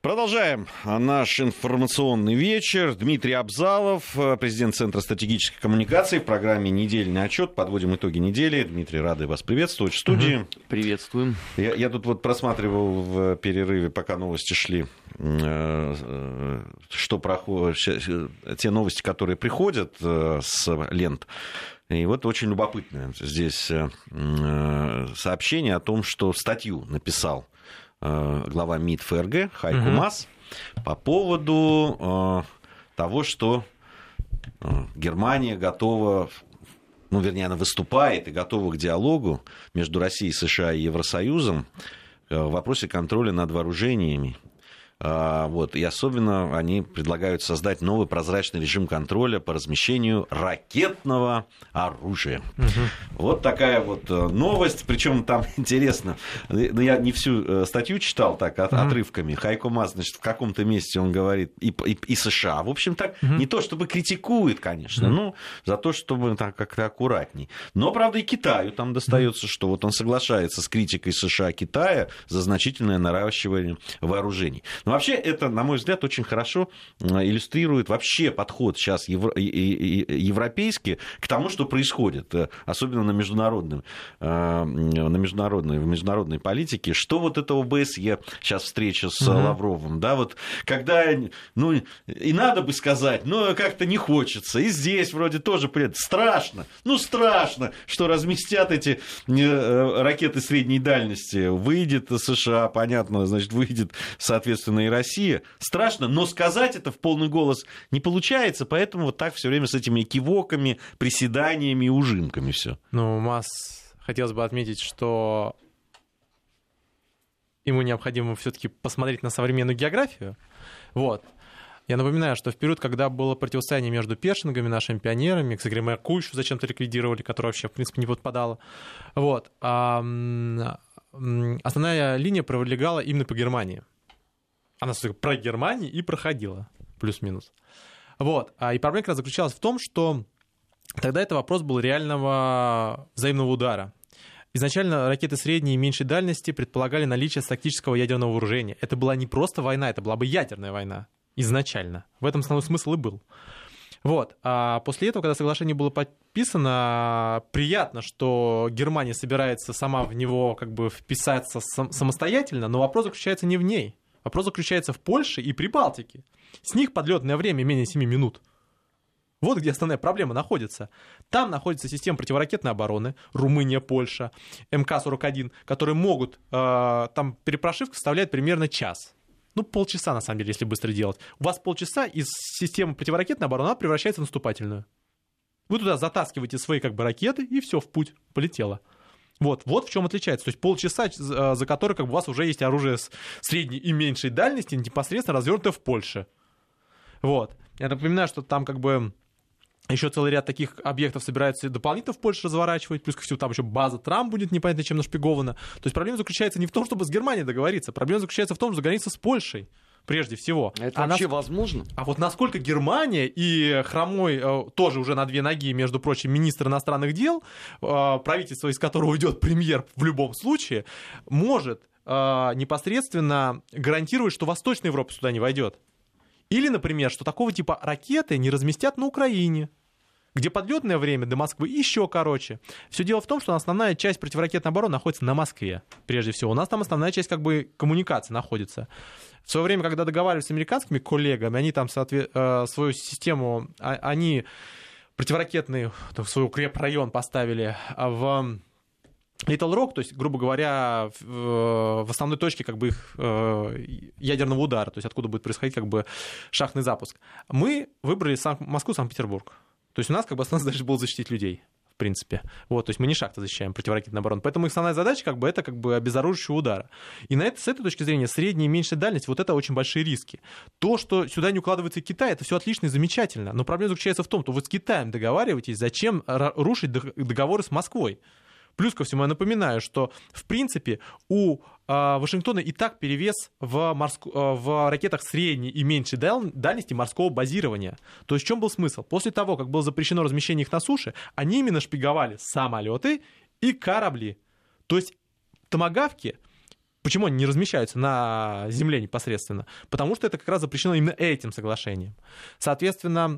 Продолжаем наш информационный вечер. Дмитрий Абзалов, президент Центра стратегической коммуникации, в программе «Недельный отчет». Подводим итоги недели. Дмитрий, рады вас приветствовать в студии. Приветствуем. Я тут вот просматривал в перерыве, пока новости шли, что проходит, те новости, которые приходят с лент. И вот очень любопытное здесь сообщение о том, что статью написал глава МИД ФРГ Хайко Маас по поводу того, что Германия готова, она выступает и готова к диалогу между Россией, США и Евросоюзом в вопросе контроля над вооружениями. И особенно они предлагают создать новый прозрачный режим контроля по размещению ракетного оружия. Вот такая вот новость. Причем там интересно, я не всю статью читал так отрывками. Хайко Маас, значит, в каком-то месте он говорит и США. В общем, так не то чтобы критикует, конечно, но за то, чтобы так как-то аккуратней. Но, правда, и Китаю там достается, что вот он соглашается с критикой США Китая за значительное наращивание вооружений. Вообще, это, на мой взгляд, очень хорошо иллюстрирует вообще подход сейчас европейский к тому, что происходит, особенно в международной политике. Что вот это ОБСЕ, сейчас встреча с Лавровым, да, вот когда, и надо бы сказать, но как-то не хочется. И здесь вроде тоже страшно, что разместят эти ракеты средней дальности. Выйдет США, понятно, значит, выйдет, соответственно, и Россия. Страшно, но сказать это в полный голос не получается, поэтому вот так все время с этими кивоками, приседаниями и ужимками все. Маас, хотелось бы отметить, что ему необходимо все-таки посмотреть на современную географию. Вот. Я напоминаю, что в период, когда было противостояние между першингами, нашими пионерами, кстати, Кучу зачем-то ликвидировали, которая вообще, в принципе, не подпадала. Вот. Основная линия пролегала именно по Германии. Она про Германию и проходила, плюс-минус. Вот. И проблема как раз заключалась в том, что тогда это вопрос был реального взаимного удара. Изначально ракеты средней и меньшей дальности предполагали наличие тактического ядерного вооружения. Это была не просто война, это была бы ядерная война изначально. В этом основной смысл и был. Вот. А после этого, когда соглашение было подписано, приятно, что Германия собирается сама в него как бы вписаться самостоятельно, но вопрос заключается не в ней. Вопрос заключается в Польше и Прибалтике. С них подлетное время менее 7 минут. Вот где основная проблема находится. Там находится система противоракетной обороны, Румыния, Польша, МК-41, которые могут, там перепрошивка составляет примерно час. Полчаса, на самом деле, если быстро делать. У вас полчаса из системы противоракетной обороны она превращается в наступательную. Вы туда затаскиваете свои ракеты, и все, в путь, полетело. Вот в чем отличается. То есть полчаса, за которые у вас уже есть оружие с средней и меньшей дальности, непосредственно развернутое в Польше. Вот. Я напоминаю, что там еще целый ряд таких объектов собираются дополнительно в Польше разворачивать, плюс ко всему там еще база Трамп будет непонятно чем нашпигована. То есть проблема заключается не в том, чтобы с Германией договориться, проблема заключается в том, что договориться с Польшей. Прежде всего. Это вообще возможно? А вот насколько Германия и хромой, тоже уже на 2 ноги, между прочим, министр иностранных дел, правительство, из которого уйдет премьер в любом случае, может непосредственно гарантировать, что Восточная Европа сюда не войдет. Или, например, что такого типа ракеты не разместят на Украине, где подлетное время до Москвы еще короче. Все дело в том, что основная часть противоракетной обороны находится на Москве, прежде всего. У нас там основная часть коммуникации находится. В свое время, когда договаривались с американскими коллегами, они там свою систему, они противоракетный свой укрепрайон поставили в Литл Рок, то есть, грубо говоря, в основной точке их ядерного удара, то есть откуда будет происходить шахтный запуск. Мы выбрали Москву, Санкт-Петербург. То есть у нас основная задача была защитить людей, в принципе. Вот, то есть мы не шахты защищаем, противоракетную оборону. Поэтому их основная задача это обезоруживающего удара. И с этой точки зрения средняя и меньшая дальность, вот это очень большие риски. То, что сюда не укладывается Китай, это все отлично и замечательно. Но проблема заключается в том, что вы с Китаем договариваетесь, зачем рушить договоры с Москвой. Плюс ко всему я напоминаю, что в принципе у Вашингтона и так перевес в ракетах средней и меньшей дальности морского базирования. То есть в чем был смысл? После того, как было запрещено размещение их на суше, они именно шпиговали самолеты и корабли. То есть томагавки Почему они не размещаются на земле непосредственно? Потому что это как раз запрещено именно этим соглашением. Соответственно,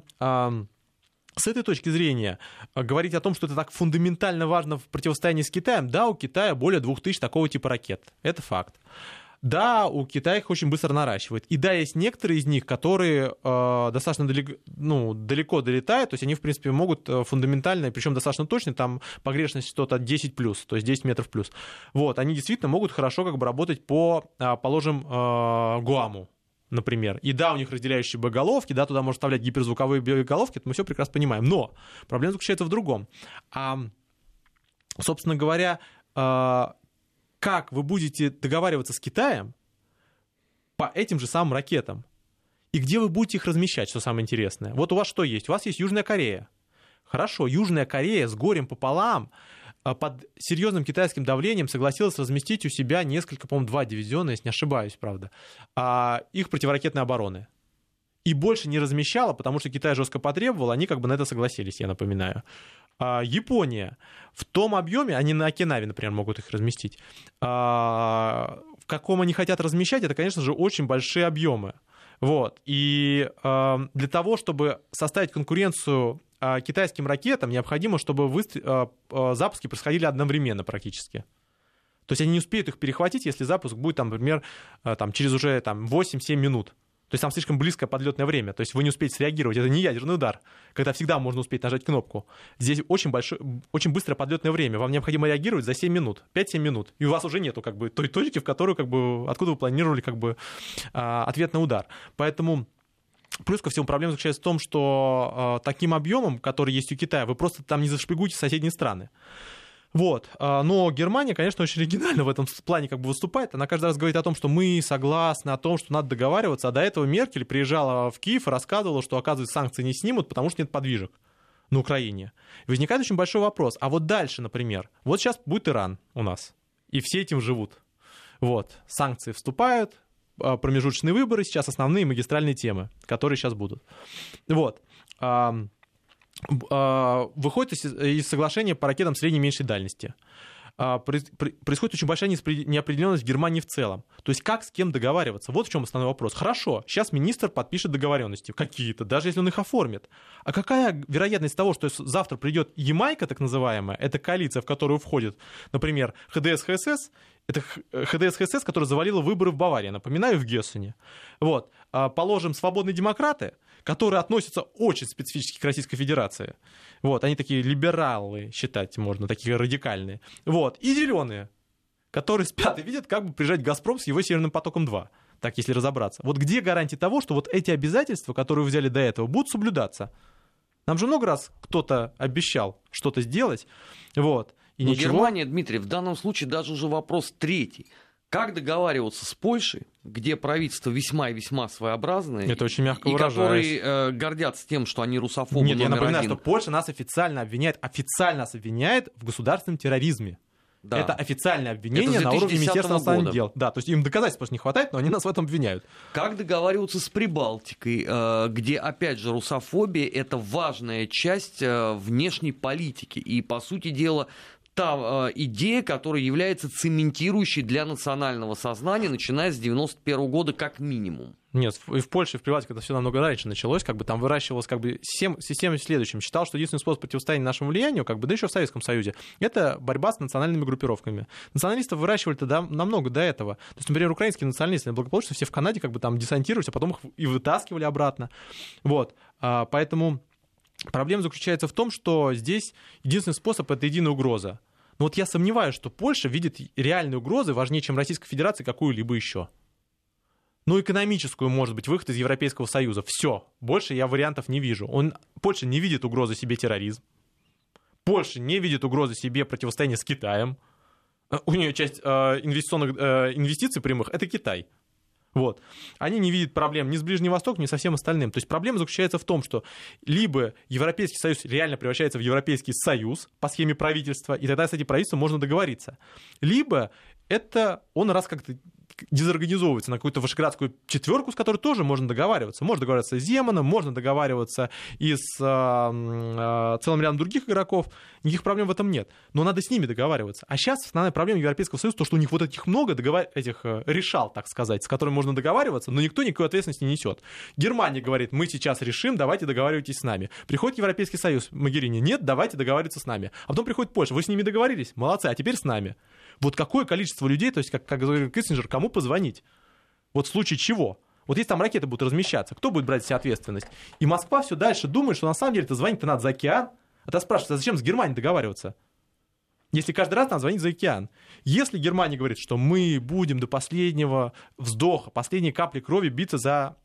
с этой точки зрения говорить о том, что это так фундаментально важно в противостоянии с Китаем, да, у Китая более 2000 такого типа ракет. Это факт. Да, у Китая их очень быстро наращивает. И да, есть некоторые из них, которые достаточно далеко долетают, то есть они, в принципе, могут фундаментально, причем достаточно точно, там погрешность что-то 10+, то есть 10 метров плюс. Вот, они действительно могут хорошо как бы работать по, положим, Гуаму, например. И да, у них разделяющие боеголовки, да, туда можно вставлять гиперзвуковые боеголовки, это мы все прекрасно понимаем. Но проблема заключается в другом. Собственно говоря, как вы будете договариваться с Китаем по этим же самым ракетам? И где вы будете их размещать, что самое интересное? Вот у вас что есть? У вас есть Южная Корея. Хорошо, Южная Корея с горем пополам под серьезным китайским давлением согласилась разместить у себя несколько, по-моему, 2 дивизиона, если не ошибаюсь, правда, их противоракетной обороны. И больше не размещала, потому что Китай жестко потребовал, они как бы на это согласились, я напоминаю. Япония в том объеме, они на Окинаве, например, могут их разместить. В каком они хотят размещать, это, конечно же, очень большие объемы. Вот. И для того, чтобы составить конкуренцию китайским ракетам, необходимо, чтобы запуски происходили одновременно практически. То есть они не успеют их перехватить, если запуск будет, например, через уже 8-7 минут. То есть там слишком близкое подлетное время. То есть вы не успеете среагировать. Это не ядерный удар, когда всегда можно успеть нажать кнопку. Здесь очень быстрое подлетное время. Вам необходимо реагировать за 7 минут, 5-7 минут. И у вас уже нету как бы той точки, в которую откуда вы планировали ответ на удар. Поэтому плюс ко всему проблема заключается в том, что таким объемом, который есть у Китая, вы просто там не зашпигуете соседние страны. Вот. Но Германия, конечно, очень оригинально в этом плане выступает. Она каждый раз говорит о том, что мы согласны о том, что надо договариваться. А до этого Меркель приезжала в Киев и рассказывала, что, оказывается, санкции не снимут, потому что нет подвижек на Украине. И возникает очень большой вопрос. А вот дальше, например, вот сейчас будет Иран у нас, и все этим живут. Вот. Санкции вступают, промежуточные выборы, сейчас основные магистральные темы, которые сейчас будут. Вот. Выходит из соглашения по ракетам средней и меньшей дальности. Происходит очень большая неопределенность в Германии в целом. То есть как с кем договариваться? Вот в чем основной вопрос. Хорошо, сейчас министр подпишет договоренности какие-то, даже если он их оформит. А какая вероятность того, что завтра придет Ямайка, так называемая, это коалиция, в которую входит, например, ХДС-ХСС, это ХДС-ХСС, которая завалила выборы в Баварии, напоминаю, в Гессене. Вот. Положим, свободные демократы, которые относятся очень специфически к Российской Федерации. Вот, они такие либералы, считать можно, такие радикальные. Вот, и зеленые, которые спят и видят, как бы приезжать «Газпром» с его «Северным потоком-2», так если разобраться. Вот где гарантия того, что вот эти обязательства, которые вы взяли до этого, будут соблюдаться? Нам же много раз кто-то обещал что-то сделать, вот, и но ничего. Германия, Дмитрий, в данном случае даже уже вопрос третий. Как договариваться с Польшей, где правительство весьма и весьма своеобразное, это очень мягко и выражаясь, которые гордятся тем, что они русофобы Нет, я напоминаю, один. что Польша нас официально обвиняет в государственном терроризме. Да. Это официальное обвинение на уровне Министерства иностранных дел. Да, то есть им доказательств просто не хватает, но они нас в этом обвиняют. Как договариваться с Прибалтикой, где, опять же, русофобия – это важная часть внешней политики. И, по сути дела, та идея, которая является цементирующей для национального сознания, начиная с 1991 года как минимум. Нет, и в Польше, и в Прибалтике это все намного раньше началось, там выращивалась система следующим. Считал, что единственный способ противостояния нашему влиянию, да еще в Советском Союзе, это борьба с национальными группировками. Националистов выращивали тогда намного до этого. То есть, например, украинские националисты благополучно все в Канаде там десантировались, а потом их и вытаскивали обратно. Вот, поэтому проблема заключается в том, что здесь единственный способ — это единая угроза. Но вот я сомневаюсь, что Польша видит реальные угрозы важнее, чем Российская Федерация, какую-либо еще. Экономическую, может быть, выход из Европейского Союза. Все. Больше я вариантов не вижу. Польша не видит угрозы себе терроризм. Польша не видит угрозы себе противостояния с Китаем. У нее часть инвестиций прямых — это Китай. Вот. Они не видят проблем ни с Ближним Востоком, ни со всем остальным. То есть проблема заключается в том, что либо Европейский Союз реально превращается в Европейский Союз по схеме правительства, и тогда с этим правительством можно договориться. Либо это он раз как-то дезорганизовывается на какую-то вышеградскую четверку, с которой тоже можно договариваться. Можно договариваться с Земаном, можно договариваться и с целым рядом других игроков. Никаких проблем в этом нет. Но надо с ними договариваться. А сейчас основная проблема Европейского Союза, то, что у них вот этих много этих решал, так сказать, с которыми можно договариваться, но никто никакой ответственности не несет. Германия говорит, мы сейчас решим, давайте договаривайтесь с нами. Приходит Европейский Союз, Могерини, нет, давайте договариваться с нами. А потом приходит Польша, вы с ними договорились? Молодцы, а теперь с нами. Вот какое количество людей, то есть, как говорил Киссинджер, кому позвонить? Вот в случае чего? Вот если там ракеты будут размещаться, кто будет брать на себя ответственность? И Москва все дальше думает, что на самом деле-то звонить-то надо за океан. А ты спрашиваешь, а зачем с Германией договариваться? Если каждый раз надо звонить за океан. Если Германия говорит, что мы будем до последнего вздоха, последней капли крови биться за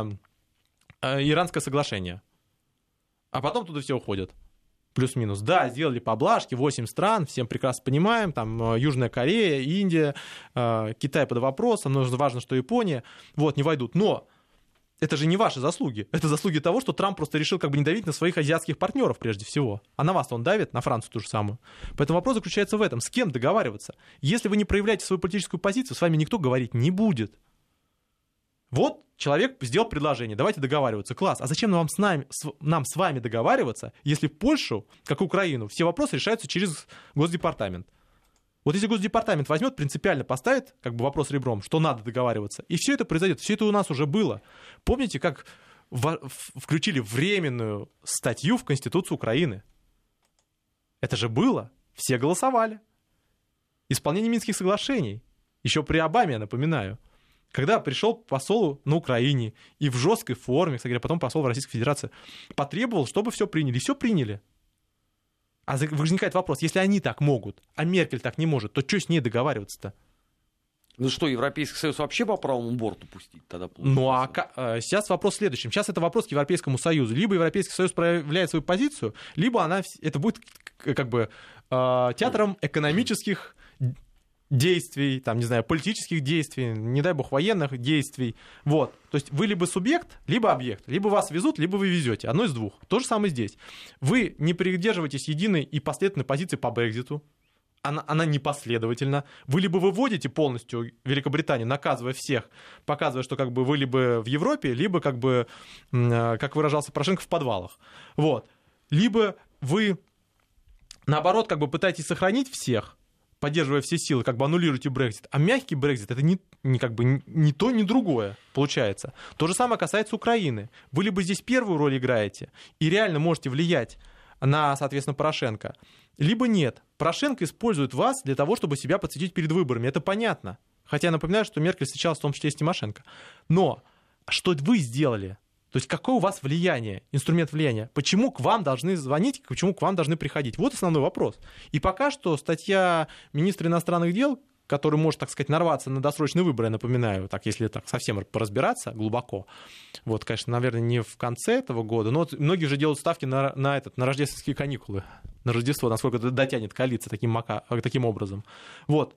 Иранское соглашение, а потом туда все уходят. Плюс-минус. Да, сделали поблажки, 8 стран, всем прекрасно понимаем, там Южная Корея, Индия, Китай под вопросом, но важно, что Япония, вот, не войдут. Но это же не ваши заслуги, это заслуги того, что Трамп просто решил как бы не давить на своих азиатских партнеров прежде всего. А на вас он давит, на Францию ту же самую. Поэтому вопрос заключается в этом, с кем договариваться. Если вы не проявляете свою политическую позицию, с вами никто говорить не будет. Вот человек сделал предложение, давайте договариваться. Класс, а зачем нам с вами договариваться, если Польшу, как и Украину, все вопросы решаются через Госдепартамент? Вот если Госдепартамент возьмет, принципиально поставит как бы вопрос ребром, что надо договариваться, и все это произойдет, все это у нас уже было. Помните, как включили временную статью в Конституцию Украины? Это же было, все голосовали. Исполнение Минских соглашений, еще при Обаме, я напоминаю. Когда пришел посол на Украине и в жесткой форме, кстати говоря, потом посол в Российской Федерации, потребовал, чтобы все приняли. И все приняли. А возникает вопрос, если они так могут, а Меркель так не может, то что с ней договариваться-то? Ну что, Европейский Союз вообще по правому борту пустить тогда? Ну а сейчас вопрос в следующем. Сейчас это вопрос к Европейскому Союзу. Либо Европейский Союз проявляет свою позицию, либо это будет как бы театром экономических действий, там, не знаю, политических действий, не дай бог, военных действий. Вот. То есть вы либо субъект, либо объект. Либо вас везут, либо вы везете. Одно из двух. То же самое здесь. Вы не придерживаетесь единой и последовательной позиции по Брекситу. Она непоследовательна. Вы либо выводите полностью Великобританию, наказывая всех, показывая, что как бы вы либо в Европе, либо, как бы, как выражался Порошенко, в подвалах. Вот. Либо вы, наоборот, как бы пытаетесь сохранить всех, поддерживая все силы, как бы аннулируете Брексит. А мягкий Брексит — это как бы ни то, ни другое, получается. То же самое касается Украины. Вы либо здесь первую роль играете и реально можете влиять на, соответственно, Порошенко, либо нет. Порошенко использует вас для того, чтобы себя подсветить перед выборами. Это понятно. Хотя я напоминаю, что Меркель встречалась в том числе и с Тимошенко. Но что вы сделали? То есть какое у вас влияние, инструмент влияния? Почему к вам должны звонить, почему к вам должны приходить? Вот основной вопрос. И пока что статья министра иностранных дел, который может, так сказать, нарваться на досрочные выборы, я напоминаю, так, если так совсем поразбираться глубоко, вот, конечно, наверное, не в конце этого года, но многие же делают ставки на рождественские каникулы, на Рождество, насколько это дотянет коалиция таким образом. Вот.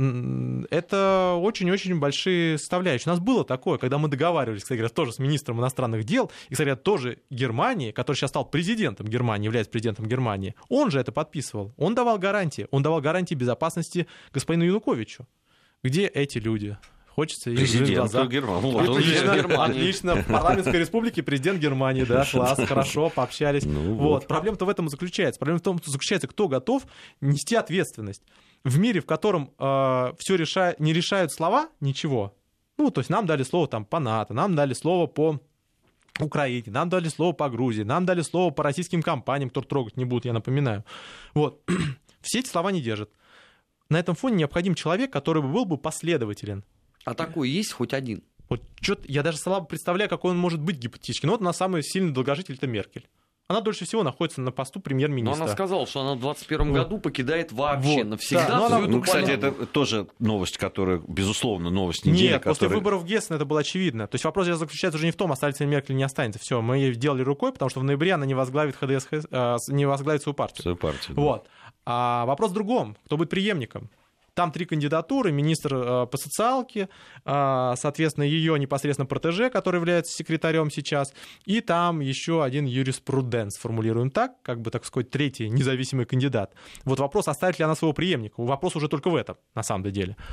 Это очень-очень большие составляющие. У нас было такое, когда мы договаривались, кстати говоря, тоже с министром иностранных дел, и, кстати говоря, тоже Германии, который сейчас стал президентом Германии, является президентом Германии, он же это подписывал. Он давал гарантии безопасности господину Януковичу. Где эти люди? Хочется их в глаза. Отлично. В парламентской республике президент Германии, да, класс, хорошо, пообщались. Вот. Проблема-то в этом и заключается. Проблема в том, что заключается, кто готов нести ответственность. В мире, в котором все не решают слова, ничего. Ну, то есть нам дали слово там по НАТО, нам дали слово по Украине, нам дали слово по Грузии, нам дали слово по российским компаниям, которые трогать не будут, я напоминаю. Вот. Все эти слова не держат. На этом фоне необходим человек, который был бы последователен. А такой есть хоть один? Вот я даже слабо представляю, какой он может быть гипотетически. Но вот у нас самый сильный долгожитель — это Меркель. Она дольше всего находится на посту премьер-министра. Но она сказала, что она в 2021 году покидает вообще навсегда. Да, кстати, это тоже новость, которая, безусловно, новость недели. Нет, после выборов в Гессен это было очевидно. То есть вопрос сейчас заключается уже не в том, останется ли Меркель или не останется. Все, мы ее делали рукой, потому что в ноябре она не возглавит не возглавит свою партию. Свою партию, да. Вот. А вопрос в другом. Кто будет преемником? Там 3 кандидатуры: министр по социалке, соответственно, ее непосредственно протеже, который является секретарем сейчас, и там еще один юриспруденс, формулируем так, как бы, так сказать, 3-й независимый кандидат. Вот вопрос, оставит ли она своего преемника. Вопрос уже только в этом, на самом деле.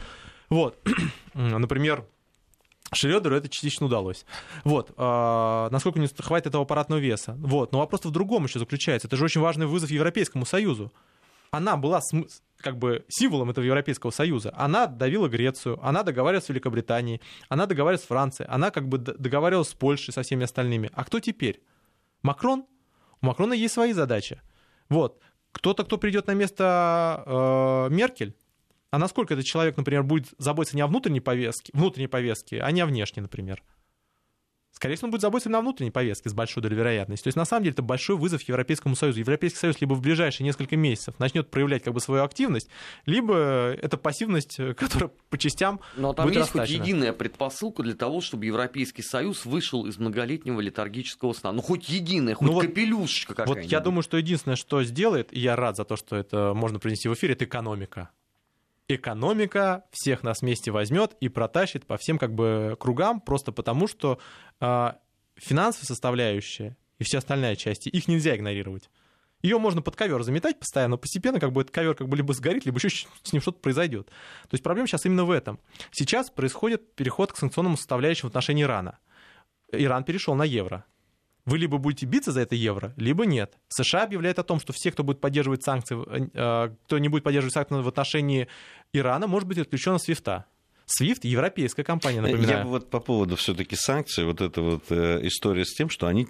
Вот, например, Шрёдеру это частично удалось. Вот, насколько не хватит этого аппаратного веса. Вот, но вопрос в другом еще заключается. Это же очень важный вызов Европейскому Союзу. Она была как бы символом этого Европейского Союза. Она давила Грецию, она договаривалась с Великобританией, она договаривалась с Францией, она как бы договаривалась с Польшей, со всеми остальными. А кто теперь? Макрон? У Макрона есть свои задачи. Вот. Кто-то, кто придет на место Меркель, а насколько этот человек, например, будет заботиться не о внутренней повестке, а не о внешней, например. Скорее всего, он будет заботиться на внутренней повестке с большой долей вероятности. То есть, на самом деле, это большой вызов Европейскому Союзу. Европейский Союз либо в ближайшие несколько месяцев начнет проявлять как бы свою активность, либо это пассивность, которая по частям Но там будет есть растащена. хоть единая предпосылка для того, чтобы Европейский Союз вышел из многолетнего летаргического сна. Ну, хоть единая, хоть капелюшечка какая-нибудь. Вот я думаю, что единственное, что сделает, и я рад за то, что это можно произнести в эфире, это экономика. Экономика всех нас вместе возьмет и протащит по всем как бы кругам, просто потому что финансовая составляющая и вся остальная часть, их нельзя игнорировать. Ее можно под ковер заметать постоянно, но постепенно как бы этот ковер как бы либо сгорит, либо еще с ним что-то произойдет. То есть проблема сейчас именно в этом. Сейчас происходит переход к санкционному составляющему в отношении Ирана. Иран перешел на евро. Вы либо будете биться за это евро, либо нет. США объявляет о том, что все, кто будет поддерживать санкции, кто не будет поддерживать санкции в отношении Ирана, может быть отключен от SWIFT. SWIFT — европейская компания, напоминаю. Я бы вот по поводу все-таки санкций, вот эта вот история с тем, что они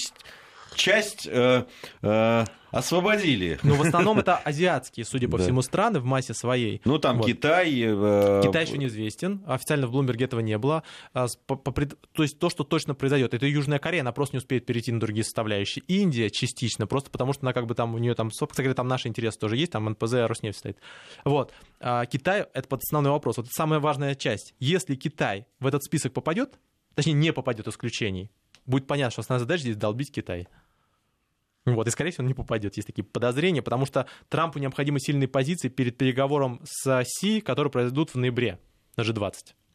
часть освободили. Ну, в основном это азиатские, судя по всему, страны в массе своей. Ну, там вот. Китай... Китай еще неизвестен. Официально в Блумберге этого не было. То есть то, что точно произойдет, это Южная Корея, она просто не успеет перейти на другие составляющие. Индия частично, просто потому что она как бы там, у нее там, кстати, там наши интересы тоже есть, там НПЗ, Роснефть стоит. Вот. Китай — это под основной вопрос. Вот это самая важная часть. Если Китай в этот список попадет, точнее, не попадет исключений, будет понятно, что основная задача здесь долбить Китай. Вот, и, скорее всего, он не попадет. Есть такие подозрения, потому что Трампу необходимы сильные позиции перед переговором с Си, которые произойдут в ноябре на G20.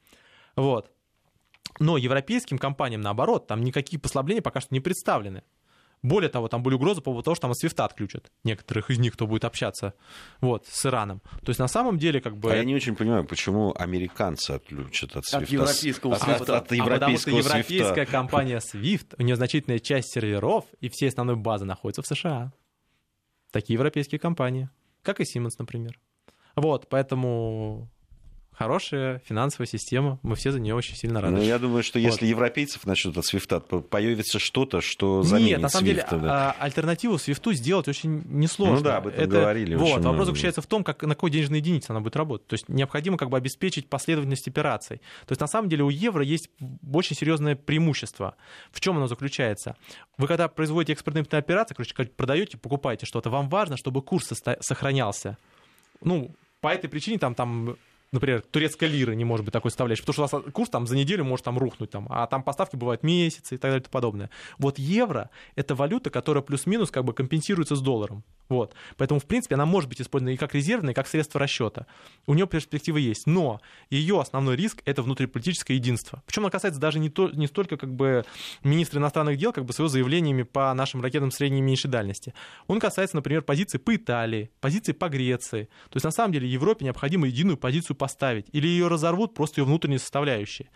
Вот. Но европейским компаниям, наоборот, там никакие послабления пока что не представлены. Более того, там были угрозы по поводу того, что там от SWIFT отключат некоторых из них, кто будет общаться вот, с Ираном. То есть на самом деле как бы... А я не очень понимаю, почему американцы отключат от SWIFT. От европейского SWIFT. От потому что европейская компания SWIFT, у нее значительная часть серверов и всей основной базы находится в США. Такие европейские компании, как и Siemens, например. Вот, поэтому... Хорошая финансовая система, мы все за нее очень сильно рады. Ну, я думаю, что если европейцев начнут от SWIFT, появится что-то, что заменит SWIFT. Нет, на самом деле, альтернативу SWIFT сделать очень несложно. Ну да, об этом говорили. Вот, вопрос заключается в том, на какой денежной единице она будет работать. То есть необходимо как бы обеспечить последовательность операций. То есть на самом деле у евро есть очень серьезное преимущество. В чем оно заключается? Вы когда производите экспортные операции, короче, продаете, покупаете что-то, вам важно, чтобы курс сохранялся. Ну, по этой причине там например, турецкая лира не может быть такой составляющей, потому что у вас курс там за неделю может там рухнуть, а там поставки бывают месяцы и так далее и тому подобное. Вот евро — это валюта, которая плюс-минус как бы компенсируется с долларом. Вот. Поэтому, в принципе, она может быть использована и как резервная, и как средство расчета. У нее перспективы есть, но ее основной риск — это внутриполитическое единство. Причем оно касается даже не столько как бы министра иностранных дел как бы с его заявлениями по нашим ракетам средней и меньшей дальности. Он касается, например, позиции по Италии, позиции по Греции. То есть, на самом деле, Европе необходимо единую позицию поставить, или ее разорвут просто ее внутренние составляющие.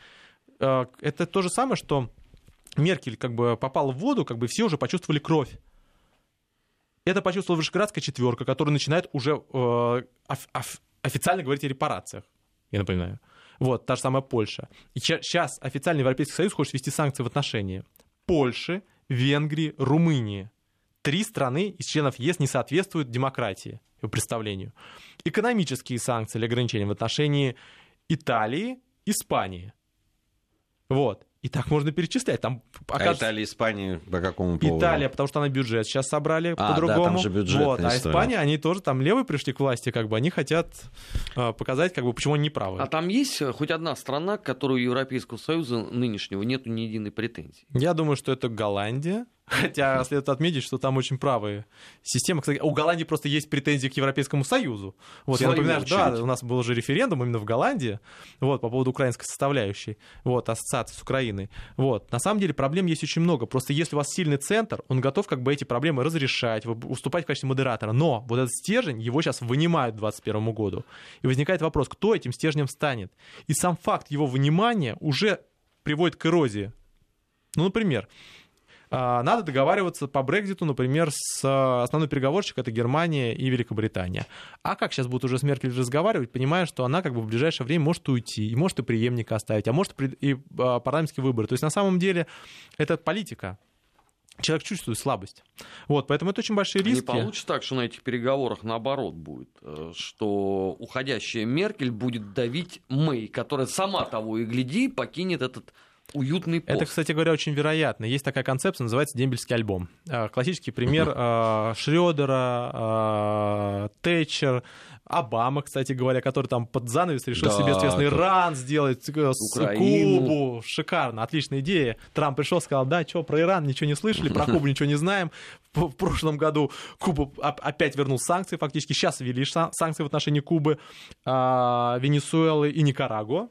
Это то же самое, что Меркель как бы попала в воду, как бы все уже почувствовали кровь. Это почувствовала Вышеградская четверка, которая начинает уже официально говорить о репарациях, я напоминаю. Вот, та же самая Польша. И сейчас официальный Европейский Союз хочет ввести санкции в отношении Польши, Венгрии, Румынии. 3 страны из членов ЕС не соответствуют демократии, его представлению. Экономические санкции или ограничения в отношении Италии, Испании. Вот. И так можно перечислять. Там, Италия, Испания по какому поводу? Италия, потому что она бюджет сейчас собрали по-другому. Да, там же бюджетная вот. А история. Испания, они тоже там левые пришли к власти, как бы они хотят показать, как бы, почему они не правы. А там есть хоть одна страна, к которой у Европейского Союза нынешнего нету ни единой претензии? Я думаю, что это Голландия. Хотя следует отметить, что там очень правые системы. Кстати, у Голландии просто есть претензии к Европейскому Союзу. Вот, я напоминаю, да, у нас был уже референдум именно в Голландии вот, по поводу украинской составляющей, вот, ассоциации с Украиной. Вот. На самом деле проблем есть очень много. Просто если у вас сильный центр, он готов как бы эти проблемы разрешать, уступать в качестве модератора. Но вот этот стержень, его сейчас вынимают к 2021 году. И возникает вопрос, кто этим стержнем станет. И сам факт его вынимания уже приводит к эрозии. Ну, например, надо договариваться по Брекситу, например, с основной переговорщик, это Германия и Великобритания. А как сейчас будут уже с Меркель разговаривать, понимая, что она как бы в ближайшее время может уйти, и может и преемника оставить, а может и парламентские выборы. То есть на самом деле это политика. Человек чувствует слабость. Вот, поэтому это очень большие риски. Не получится так, что на этих переговорах наоборот будет, что уходящая Меркель будет давить Мэй, которая сама того и гляди покинет этот уютный пост. Это, кстати говоря, очень вероятно. Есть такая концепция, называется дембельский альбом. Классический пример Шрёдера, Тэтчер, Обама, кстати говоря, который там под занавес решил себе, соответственно, Иран сделать, Кубу. Шикарно, отличная идея. Трамп пришел, сказал, да, что, про Иран ничего не слышали, про Кубу ничего не знаем. В прошлом году Куба опять вернул санкции, фактически сейчас ввели санкции в отношении Кубы, Венесуэлы и Никарагуа.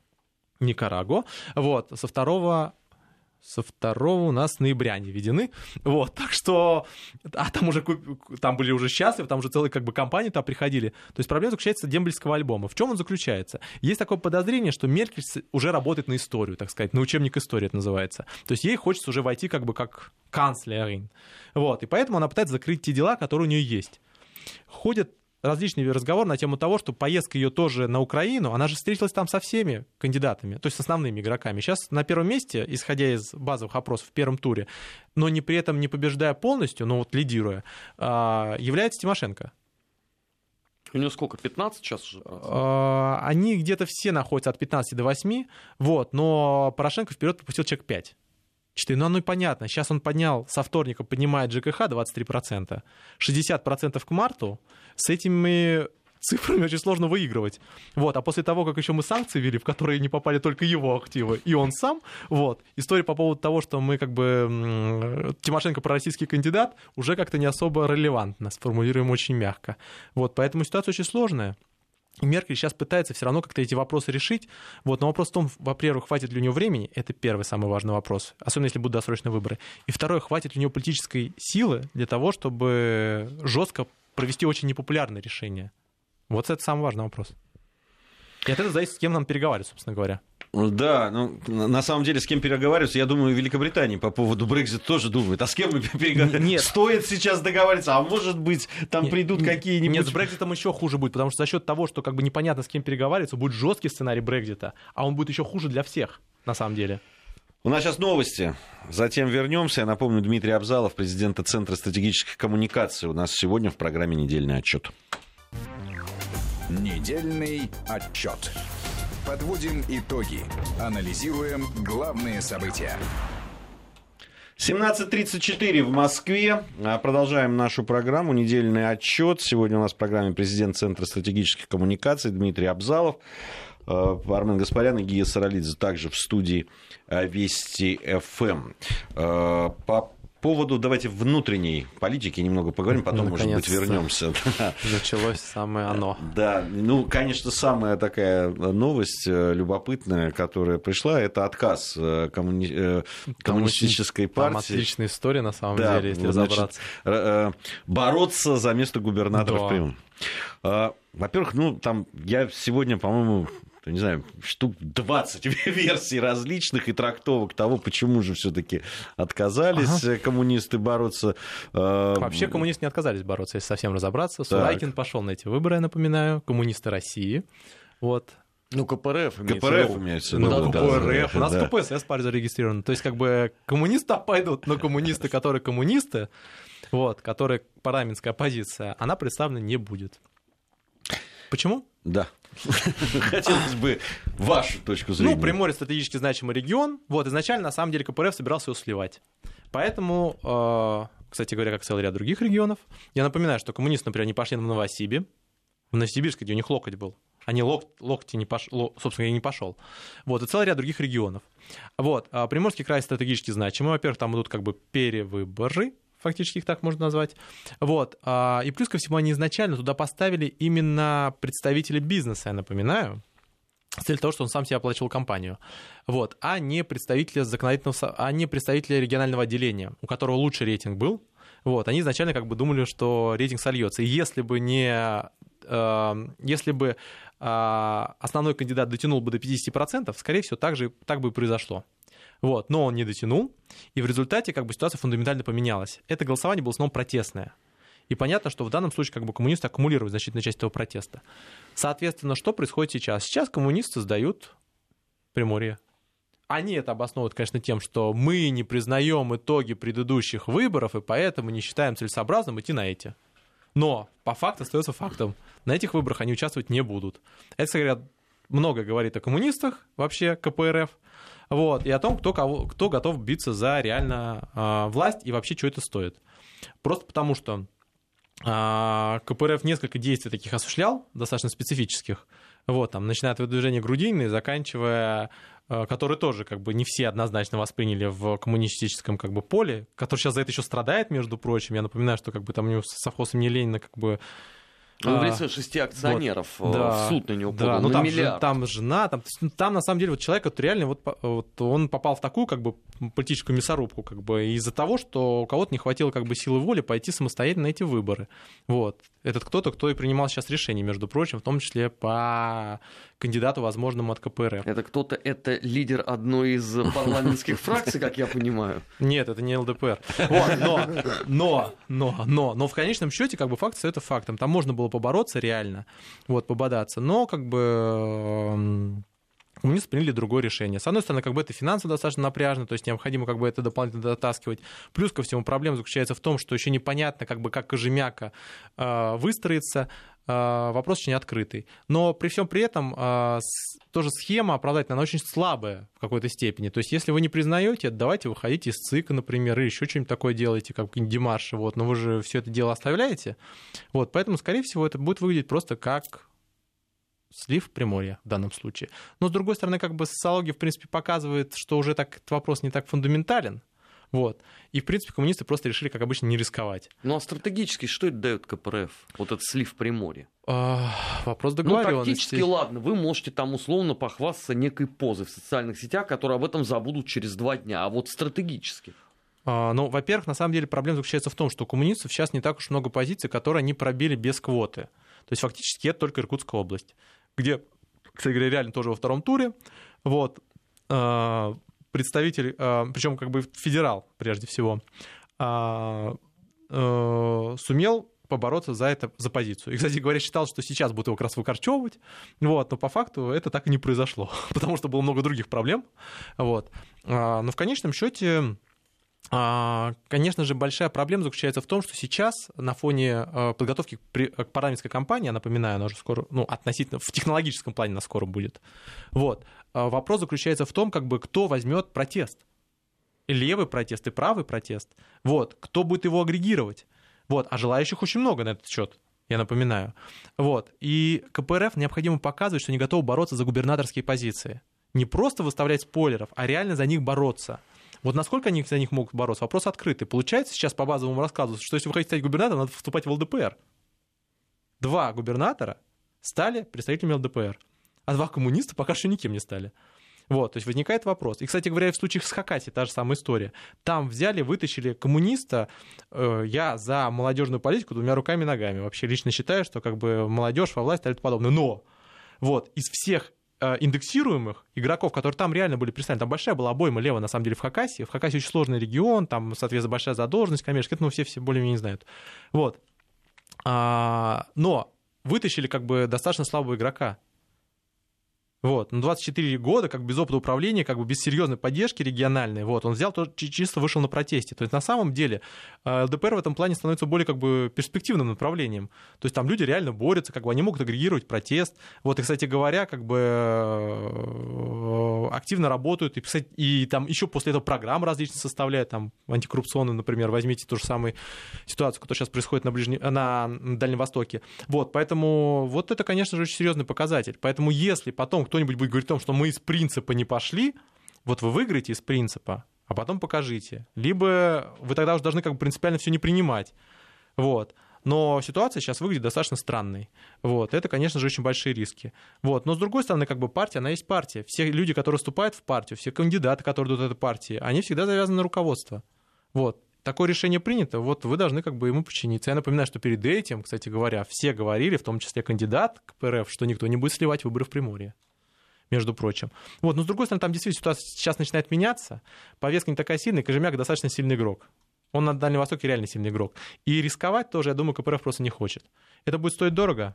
Вот, со 2 у нас ноября они введены, вот, так что, там были уже счастливы, там уже целые как бы компании там приходили, то есть проблема заключается дембельского альбома. В чем он заключается? Есть такое подозрение, что Меркель уже работает на историю, так сказать, на учебник истории это называется, то есть ей хочется уже войти как бы как канцлерин, вот, и поэтому она пытается закрыть те дела, которые у нее есть. Ходят различные разговоры на тему того, что поездка ее тоже на Украину, она же встретилась там со всеми кандидатами, то есть с основными игроками. Сейчас на первом месте, исходя из базовых опросов в первом туре, но при этом не побеждая полностью, но вот лидируя, является Тимошенко. У нее сколько, 15 сейчас уже? Они где-то все находятся от 15 до 8, вот, но Порошенко вперед пропустил человек 5. 4. Ну, оно и понятно. Сейчас он поднял, со вторника поднимает ЖКХ 23%, 60% к марту. С этими цифрами очень сложно выигрывать. Вот. А после того, как еще мы санкции ввели, в которые не попали только его активы, и он сам, вот, история по поводу того, что мы как бы Тимошенко пророссийский кандидат, уже как-то не особо релевантно, сформулируем очень мягко. Вот. Поэтому ситуация очень сложная. И Меркель сейчас пытается все равно как-то эти вопросы решить. Вот. Но вопрос в том, во-первых, хватит ли у нее времени, это первый самый важный вопрос, особенно если будут досрочные выборы. И второе, хватит ли у нее политической силы для того, чтобы жестко провести очень непопулярное решение. Вот это самый важный вопрос. И от этого зависит, с кем нам переговаривать, собственно говоря. Да, ну, на самом деле, с кем переговариваться, я думаю, Великобритания по поводу Брексита тоже думает. А с кем мы переговариваемся? Нет. Стоит сейчас договариваться, а может быть, там придут какие-нибудь... Нет, с Брекситом еще хуже будет, потому что за счет того, что как бы непонятно, с кем переговариваться, будет жесткий сценарий Брексита, а он будет еще хуже для всех, на самом деле. У нас сейчас новости. Затем вернемся. Я напомню, Дмитрий Абзалов, президент Центра стратегических коммуникаций. У нас сегодня в программе «Недельный отчет». Недельный отчет. Подводим итоги. Анализируем главные события. 17:34 в Москве. Продолжаем нашу программу «Недельный отчет». Сегодня у нас в программе президент Центра стратегических коммуникаций Дмитрий Абзалов. Армен Гаспарян и Гия Саралидзе также в студии Вести ФМ. По поводу, давайте, внутренней политики немного поговорим, потом, может быть, вернемся. Началось самое оно. Да, ну, конечно, самая такая новость любопытная, которая пришла, это отказ коммунистической партии. Там отличная история, на самом деле, если разобраться. Бороться за место губернатора в Крыму. Во-первых, ну, там я сегодня, по-моему, не знаю, штук 20 версий различных и трактовок того, почему же все-таки отказались коммунисты бороться. Вообще коммунисты не отказались бороться, если совсем разобраться. Сурайкин пошел на эти выборы, я напоминаю, коммунисты России. Вот. Ну, КПРФ имеется в виду. Ну, да, КПРФ. У нас КПСС зарегистрирован. То есть, как бы, коммунисты пойдут, но коммунисты, которые коммунисты, вот, которые парламентская оппозиция, она представлена не будет. Почему? Да. Хотелось бы вашу точку зрения. Ну, Приморье стратегически значимый регион. Вот, изначально, на самом деле, КПРФ собирался его сливать. Поэтому, кстати говоря, как целый ряд других регионов. Я напоминаю, что коммунисты, например, не пошли на Новосибирь, в Новосибирск, где у них локоть был, а не Локти не пошел, собственно, я не пошел. Вот, и целый ряд других регионов. Вот, Приморский край стратегически значимый. Во-первых, там идут как бы перевыборы, фактически их так можно назвать. Вот, и плюс ко всему они изначально туда поставили именно представителей бизнеса, я напоминаю, с целью того, что он сам себе оплачивал компанию, вот, а не представителя регионального отделения, у которого лучший рейтинг был. Вот, они изначально как бы думали, что рейтинг сольется. И если бы основной кандидат дотянул бы до 50%, скорее всего, так бы и произошло. Вот, но он не дотянул, и в результате как бы ситуация фундаментально поменялась. Это голосование было в основном протестное. И понятно, что в данном случае как бы коммунисты аккумулируют значительную часть этого протеста. Соответственно, что происходит сейчас? Сейчас коммунисты сдают Приморье. Они это обосновывают, конечно, тем, что мы не признаем итоги предыдущих выборов, и поэтому не считаем целесообразным идти на эти. Но по факту остается фактом. На этих выборах они участвовать не будут. Это, кстати, много говорит о коммунистах, вообще КПРФ, вот, и о том, кто готов биться за реально власть и вообще, что это стоит. Просто потому что КПРФ несколько действий таких осуществлял, достаточно специфических, вот, там, начиная от выдвижения Грудининой, заканчивая, который тоже как бы не все однозначно восприняли в коммунистическом как бы поле, который сейчас за это еще страдает, между прочим. Я напоминаю, что как бы там у него совхоз имени Ленина как бы... Ну, в лице 6 акционеров вот, да, в суд на него подал, да, на миллиард. Там жена, там на самом деле вот человек, который реально вот он попал в такую как бы политическую мясорубку как бы из-за того, что у кого-то не хватило как бы силы воли пойти самостоятельно на эти выборы. Вот. Этот кто-то, кто и принимал сейчас решения, между прочим, в том числе по кандидату возможному от КПРФ. Это кто-то, это лидер одной из парламентских фракций, как я понимаю. Нет, это не ЛДПР. Но в конечном счете как бы факт остается фактом. Там можно было побороться реально, вот, пободаться, но как бы коммунисты приняли другое решение. С одной стороны, как бы это финансово достаточно напряжно, то есть необходимо как бы это дополнительно дотаскивать. Плюс ко всему проблема заключается в том, что еще непонятно, как бы как кожемяка выстроится. Вопрос очень открытый. Но при всем при этом тоже схема оправдательная, она очень слабая в какой-то степени. То есть если вы не признаете, давайте выходите из ЦИКа, например, или еще что-нибудь такое делаете, как демарши, вот, но вы же все это дело оставляете. Вот, поэтому, скорее всего, это будет выглядеть просто как слив Приморья в данном случае. Но, с другой стороны, как бы социология, в принципе, показывает, что уже так, этот вопрос не так фундаментален. Вот. И, в принципе, коммунисты просто решили, как обычно, не рисковать. Ну, а стратегически что это дает КПРФ, вот этот слив Приморья? Вопрос договоренности. Ну, тактически, ладно, вы можете там условно похвастаться некой позой в социальных сетях, которые об этом забудут через 2 дня, а вот стратегически? Ну, во-первых, на самом деле проблема заключается в том, что у коммунистов сейчас не так уж много позиций, которые они пробили без квоты. То есть, фактически, это только Иркутская область, где, кстати говоря, реально тоже во втором туре, вот, представитель, причем как бы федерал, прежде всего, сумел побороться за позицию. И, кстати говоря, считал, что сейчас будут его как раз выкорчевывать, вот, но по факту это так и не произошло, потому что было много других проблем. Вот. Но в конечном счете, конечно же, большая проблема заключается в том, что сейчас на фоне подготовки к парламентской кампании, я напоминаю, она уже скоро, ну, относительно, в технологическом плане она скоро будет, вот, вопрос заключается в том, как бы, кто возьмет протест. И левый протест, и правый протест. Вот, кто будет его агрегировать. Вот, а желающих очень много на этот счет, я напоминаю. Вот, и КПРФ необходимо показывать, что они готовы бороться за губернаторские позиции. Не просто выставлять спойлеров, а реально за них бороться. Вот насколько они за них могут бороться, вопрос открытый. Получается сейчас по базовому рассказу, что если вы хотите стать губернатором, надо вступать в ЛДПР. 2 губернатора стали представителями ЛДПР, а 2 коммуниста пока что никем не стали. Вот, то есть возникает вопрос. И, кстати говоря, в случае с Хакасией та же самая история. Там взяли, вытащили коммуниста. Я за молодежную политику 2 руками и ногами. Вообще лично считаю, что как бы молодежь во власть и тому подобное. Но вот из всех индексируемых игроков, которые там реально были представлены, там большая была обойма лево, на самом деле, в Хакасии. В Хакасии очень сложный регион, там, соответственно, большая задолженность коммерческая, это, ну, все более-менее не знают. Вот. Но вытащили как бы достаточно слабого игрока. Вот. Но 24 года, как без опыта управления, как бы без серьезной поддержки региональной, вот, он взял, чисто вышел на протесте. То есть на самом деле ЛДПР в этом плане становится более как бы перспективным направлением. То есть там люди реально борются, как бы они могут агрегировать протест. Вот, и, кстати говоря, как бы активно работают, и там еще после этого программы различные составляют, там антикоррупционную, например, возьмите ту же самую ситуацию, которая сейчас происходит на Дальнем Востоке. Вот, поэтому вот это, конечно же, очень серьезный показатель. Поэтому если потом кто-нибудь будет говорить о том, что мы из принципа не пошли, вот вы выиграете из принципа, а потом покажите. Либо вы тогда уже должны как бы принципиально все не принимать. Вот. Но ситуация сейчас выглядит достаточно странной. Вот. Это, конечно же, очень большие риски. Вот. Но, с другой стороны, как бы партия, она есть партия. Все люди, которые вступают в партию, все кандидаты, которые идут в эту партию, они всегда завязаны на руководство. Вот. Такое решение принято, вот вы должны как бы ему подчиниться. Я напоминаю, что перед этим, кстати говоря, все говорили, в том числе кандидат КПРФ, что никто не будет сливать выборы в Приморье, между прочим. Вот. Но, с другой стороны, там действительно ситуация сейчас начинает меняться, повестка не такая сильная, Кожемяка достаточно сильный игрок. Он на Дальнем Востоке реально сильный игрок. И рисковать тоже, я думаю, КПРФ просто не хочет. Это будет стоить дорого.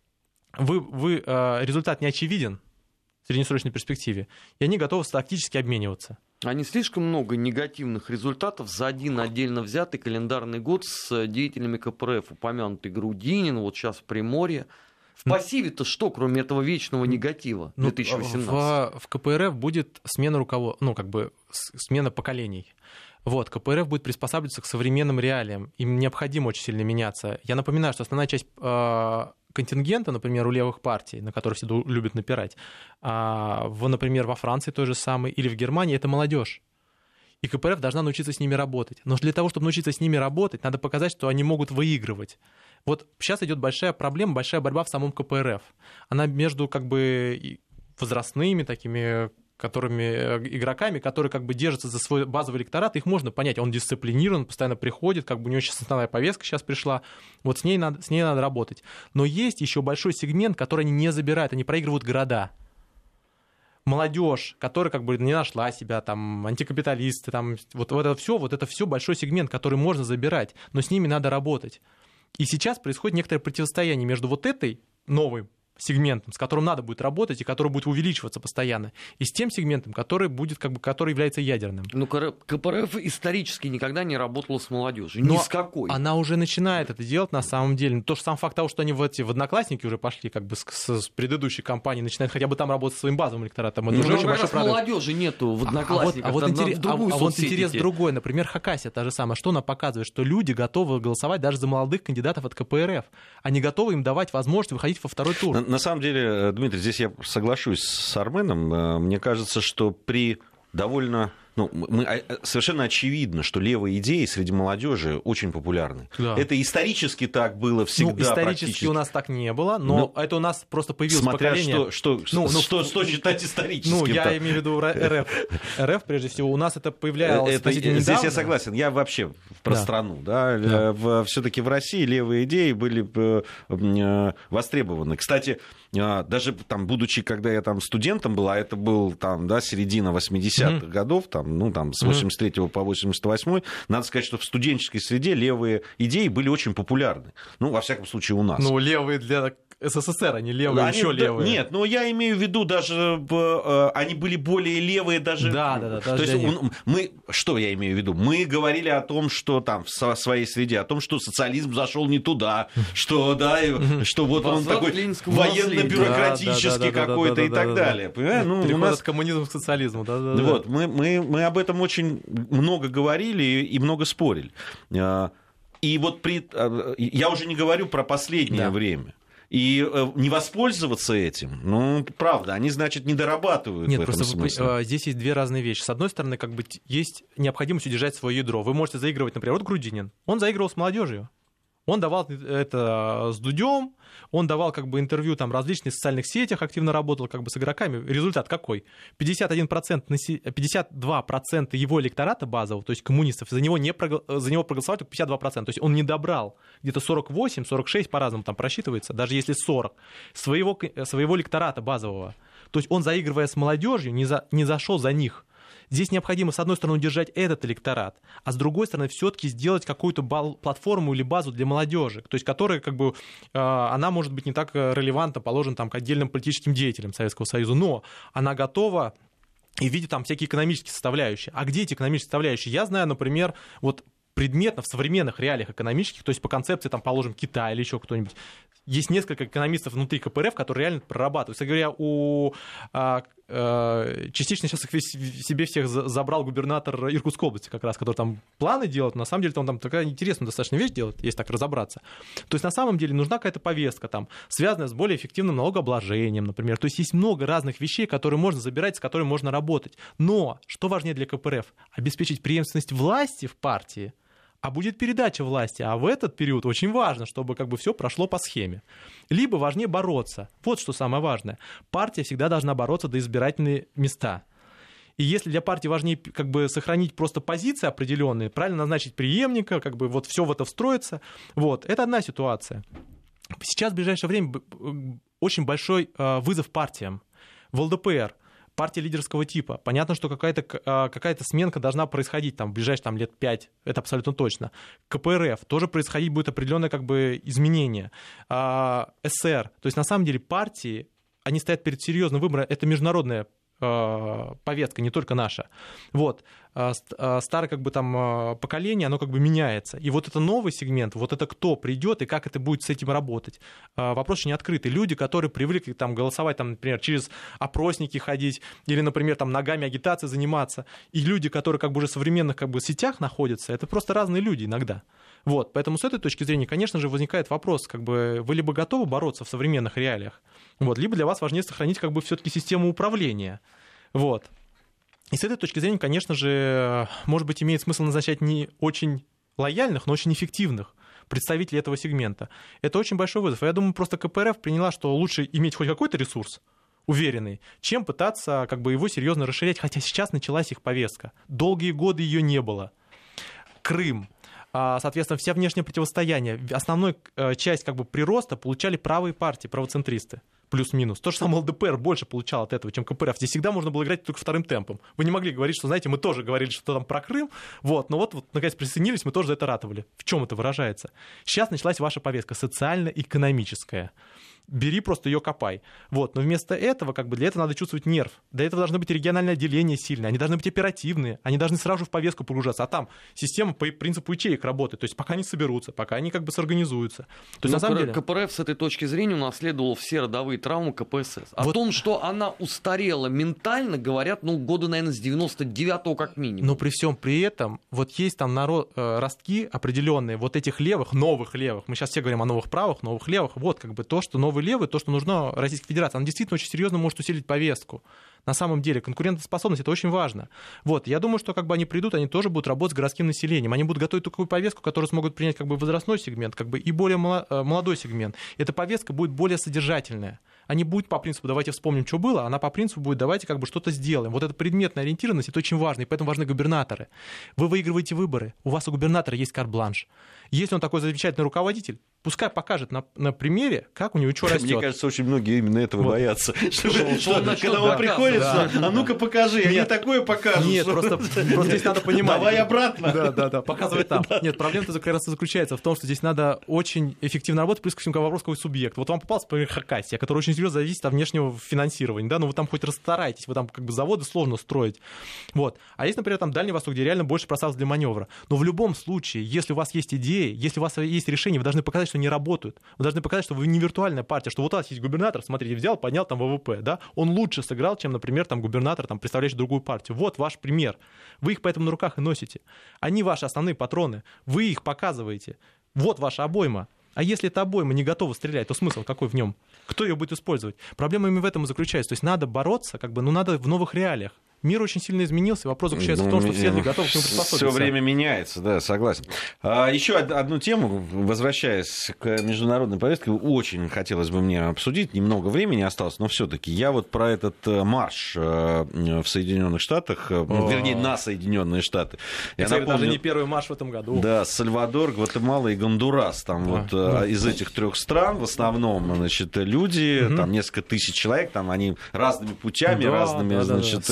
Результат не очевиден в среднесрочной перспективе, и они готовы тактически обмениваться. А не слишком много негативных результатов за один отдельно взятый календарный год с деятелями КПРФ? Упомянутый Грудинин, вот сейчас в Приморье. В пассиве-то что, кроме этого вечного негатива 2018? В КПРФ будет смена руководства, смена поколений. Вот, КПРФ будет приспосабливаться к современным реалиям. Им необходимо очень сильно меняться. Я напоминаю, что основная часть контингента, например, у левых партий, на которые все любят напирать, например, во Франции той же самой или в Германии, это молодежь. И КПРФ должна научиться с ними работать. Но для того, чтобы научиться с ними работать, надо показать, что они могут выигрывать. Вот сейчас идет большая проблема, большая борьба в самом КПРФ. Она между как бы возрастными такими игроками, которые как бы держатся за свой базовый электорат, их можно понять, он дисциплинирован, постоянно приходит, как бы у него сейчас основная повестка сейчас пришла, вот с ней надо работать. Но есть еще большой сегмент, который они не забирают, они проигрывают города. Молодежь, которая как бы не нашла себя, там, антикапиталисты, там, вот это все большой сегмент, который можно забирать, но с ними надо работать. И сейчас происходит некоторое противостояние между вот этой новой сегментом, с которым надо будет работать и который будет увеличиваться постоянно, и с тем сегментом, который является ядерным. Ну, КПРФ исторически никогда не работала с молодежью. Ни с какой. Она уже начинает это делать на самом деле. То, что сам факт того, что они в Одноклассники уже пошли как бы с предыдущей кампании, начинают хотя бы там работать со своим базовым электоратом. Это уже очень большой продукт. Молодежи нету в Одноклассниках. Вот интерес другой. Например, Хакасия та же самая. Что она показывает? Что люди готовы голосовать даже за молодых кандидатов от КПРФ. Они готовы им давать возможность выходить во второй тур. На самом деле, Дмитрий, здесь я соглашусь с Арменом. Мне кажется, что при довольно... совершенно очевидно, что левые идеи среди молодежи очень популярны. Да. Это исторически так было всегда. Исторически у нас так не было, но это у нас просто появилось поколение. Что считать историческим? Я имею в виду РФ. РФ, прежде всего, у нас это появлялось относительно недавно. Здесь я согласен. Я вообще про страну. Все-таки в России левые идеи были востребованы. Кстати, даже там, будучи, когда я там студентом был, а это был там, середина 80-х годов, с 83 по 88, надо сказать, что в студенческой среде левые идеи были очень популярны. Во всяком случае, у нас. Левые для СССР, они левые, еще левые. Нет, я имею в виду, даже они были более левые даже. Да. То есть что я имею в виду? Мы говорили о том, что там в своей среде, о том, что социализм зашел не туда, что вот он такой военно-бюрократический какой-то и так далее. Переход от коммунизма к социализму. Вот, мы об этом очень много говорили и много спорили. И вот я уже не говорю про последнее время. И не воспользоваться этим, правда, они, значит, не дорабатывают в этом смысле. Здесь есть две разные вещи. С одной стороны, как бы есть необходимость удержать свое ядро. Вы можете заигрывать, например, вот Грудинин. Он заигрывал с молодежью. Он давал это с Дудем, он давал как бы интервью там различных социальных сетях, активно работал как бы с игроками. Результат какой? 52% его электората базового, то есть коммунистов, за него проголосовали только 52%. То есть он не добрал где-то 48-46, по-разному там просчитывается, даже если 40, своего электората базового. То есть он, заигрывая с молодежью, не зашел за них. Здесь необходимо, с одной стороны, удержать этот электорат, а с другой стороны, все-таки сделать какую-то платформу или базу для молодежи, то есть которая, как бы, она может быть не так релевантна, положим, там, к отдельным политическим деятелям Советского Союза, но она готова и видит там всякие экономические составляющие. А где эти экономические составляющие? Я знаю, например, вот предметно в современных реалиях экономических, то есть по концепции, там, положим, Китая или еще кто-нибудь, есть несколько экономистов внутри КПРФ, которые реально прорабатывают. Кстати говоря, частично сейчас их себе всех забрал губернатор Иркутской области, как раз, который там планы делает. На самом деле он там такая интересная достаточно вещь делает, если так разобраться. То есть на самом деле нужна какая-то повестка, там, связанная с более эффективным налогообложением, например. То есть есть много разных вещей, которые можно забирать, с которыми можно работать. Но что важнее для КПРФ? Обеспечить преемственность власти в партии, а будет передача власти. А в этот период очень важно, чтобы как бы все прошло по схеме. Либо важнее бороться. Вот что самое важное. Партия всегда должна бороться за избирательные места. И если для партии важнее как бы сохранить просто позиции определенные, правильно назначить преемника, как бы вот все в это встроится, вот, это одна ситуация. Сейчас в ближайшее время очень большой вызов партиям. В ЛДПР партия лидерского типа. Понятно, что какая-то сменка должна происходить там, в ближайшие там, лет 5, это абсолютно точно. КПРФ тоже происходить будет определенное как бы, изменение. СССР. То есть на самом деле партии, они стоят перед серьезным выбором. Это международная повестка, не только наша. Вот. Старое как бы, там, поколение, оно как бы меняется. И вот это новый сегмент, вот это кто придет и как это будет с этим работать. Вопрос еще не открытый. Люди, которые привыкли там, голосовать, там, например, через опросники ходить или, например, там, ногами агитации заниматься, и люди, которые как бы, уже в современных как бы, сетях находятся, это просто разные люди иногда. Вот. Поэтому с этой точки зрения, конечно же, возникает вопрос, как бы, вы либо готовы бороться в современных реалиях, вот, либо для вас важнее сохранить как бы, все-таки систему управления. Вот. И с этой точки зрения, конечно же, может быть, имеет смысл назначать не очень лояльных, но очень эффективных представителей этого сегмента. Это очень большой вызов. И я думаю, просто КПРФ приняла, что лучше иметь хоть какой-то ресурс уверенный, чем пытаться как бы, его серьезно расширять, хотя сейчас началась их повестка. Долгие годы ее не было. Крым. Соответственно, все внешние противостояния, основную часть как бы, прироста получали правые партии, правоцентристы. Плюс-минус. То же самое ЛДПР больше получал от этого, чем КПРФ. Здесь всегда можно было играть только вторым темпом. Вы не могли говорить, что, знаете, мы тоже говорили, что там про Крым, вот, но вот наконец присоединились, мы тоже за это ратовали. В чем это выражается? Сейчас началась ваша повестка социально-экономическая. Бери просто ее копай. Вот. Но вместо этого, как бы, для этого надо чувствовать нерв. Для этого должны быть региональные отделения сильные, они должны быть оперативные, они должны сразу же в повестку погружаться. А там система по принципу ячеек работает. То есть пока они соберутся, пока они как бы сорганизуются. То есть, на самом деле... КПРФ с этой точки зрения унаследовал все родовые травмы КПСС. О том, что она устарела ментально, говорят, года, наверное, с 99-го как минимум. Но при всем при этом, вот есть там ростки определенные вот этих левых, новых левых. Мы сейчас все говорим о новых правых, новых левых. Вот как бы то, что новый левый, то, что нужно Российской Федерации. Она действительно очень серьезно может усилить повестку. На самом деле конкурентоспособность — это очень важно. Вот. Я думаю, что как бы они придут, они тоже будут работать с городским населением. Они будут готовить такую повестку, которую смогут принять как бы возрастной сегмент, как бы и более молодой сегмент. Эта повестка будет более содержательная. Они будут по принципу «давайте вспомним, что было», она по принципу будет «давайте как бы что-то сделаем». Вот эта предметная ориентированность — это очень важно, и поэтому важны губернаторы. Вы выигрываете выборы, у вас у губернатора есть карт-бланш. Если он такой замечательный руководитель, пускай покажет на примере, как у него что растет. Мне кажется, очень многие именно этого боятся. Когда он приходит, а ну-ка покажи, я не такое покажу. Нет, просто здесь надо понимать. Давай обратно. Да, показывай там. Нет, проблема как раз заключается в том, что здесь надо очень эффективно работать, плюс ко всему вопрос, какой субъект. Вот вам попался, например, Хакасия, который очень серьезно зависит от внешнего финансирования, да, но вы там хоть расстарайтесь, вы там как бы заводы сложно строить. Вот. А есть, например, там Дальний Восток, где реально больше пространства для маневра. Но в любом случае, если у вас есть идеи, если у вас есть решения, вы должны показать, что они работают. Вы должны показать, что вы не виртуальная партия, что вот у вас есть губернатор, смотрите, взял, поднял там ВВП, да, он лучше сыграл, чем, например, там губернатор, там, представляющий другую партию. Вот ваш пример. Вы их поэтому на руках и носите. Они ваши основные патроны. Вы их показываете. Вот ваша обойма. А если эта обойма не готова стрелять, то смысл какой в нем? Кто ее будет использовать? Проблема именно в этом и заключается. То есть надо бороться, как бы, надо в новых реалиях. Мир очень сильно изменился, вопрос заключается в том, что все готовы к нему приспособиться. Все время меняется, да, согласен. Еще одну тему, возвращаясь к международной повестке, очень хотелось бы мне обсудить, немного времени осталось, но все-таки я вот про этот марш в Соединенных Штатах, вернее, на Соединенные Штаты. Я напомню, даже не первый марш в этом году. Да, Сальвадор, Гватемала и Гондурас. Там вот из этих трех стран в основном, значит, люди, там несколько тысяч человек, там они разными путями, разными, значит, сливаясь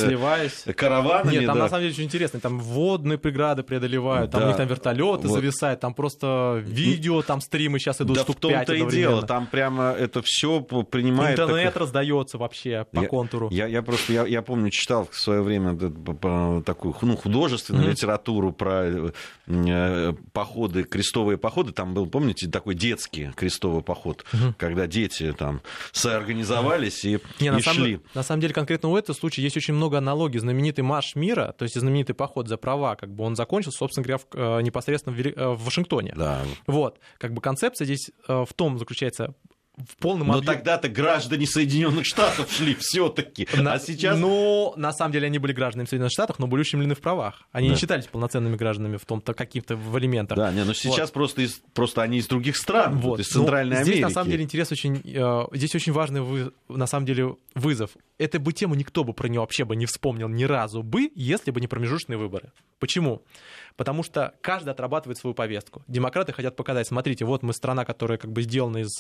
извиняюсь. караванами. Нет, там на самом деле очень интересно. Там водные преграды преодолевают, там у них там вертолеты зависают, там просто видео, там стримы сейчас идут штук 5 одновременно. Да в том-то и дело, там прямо это все принимает... Интернет раздается вообще по контуру. Я помню, читал в свое время такую художественную литературу про походы, крестовые походы. Там был, помните, такой детский крестовый поход, когда дети там соорганизовались и шли. На самом деле, конкретно в этом случае есть очень много аналогий. Знаменитый марш мира, то есть знаменитый поход за права, как бы он закончился, собственно говоря, непосредственно в Вашингтоне. Да. Вот, как бы концепция здесь в том заключается... В полном Но объеме. тогда-то граждане Соединенных Штатов шли все-таки. А сейчас... Ну, на самом деле, они были гражданами Соединенных Штатов, но были ущемлены в правах. Они не считались полноценными гражданами в том-то каких-то в элементах. Да, но сейчас просто они из других стран, из Центральной Америки. Здесь, на самом деле, интерес очень... Здесь очень важный, на самом деле, вызов. Эту бы тему никто бы про нее вообще бы не вспомнил ни разу бы, если бы не промежуточные выборы. Почему? Потому что каждый отрабатывает свою повестку. Демократы хотят показать, смотрите, вот мы страна, которая как бы сделана из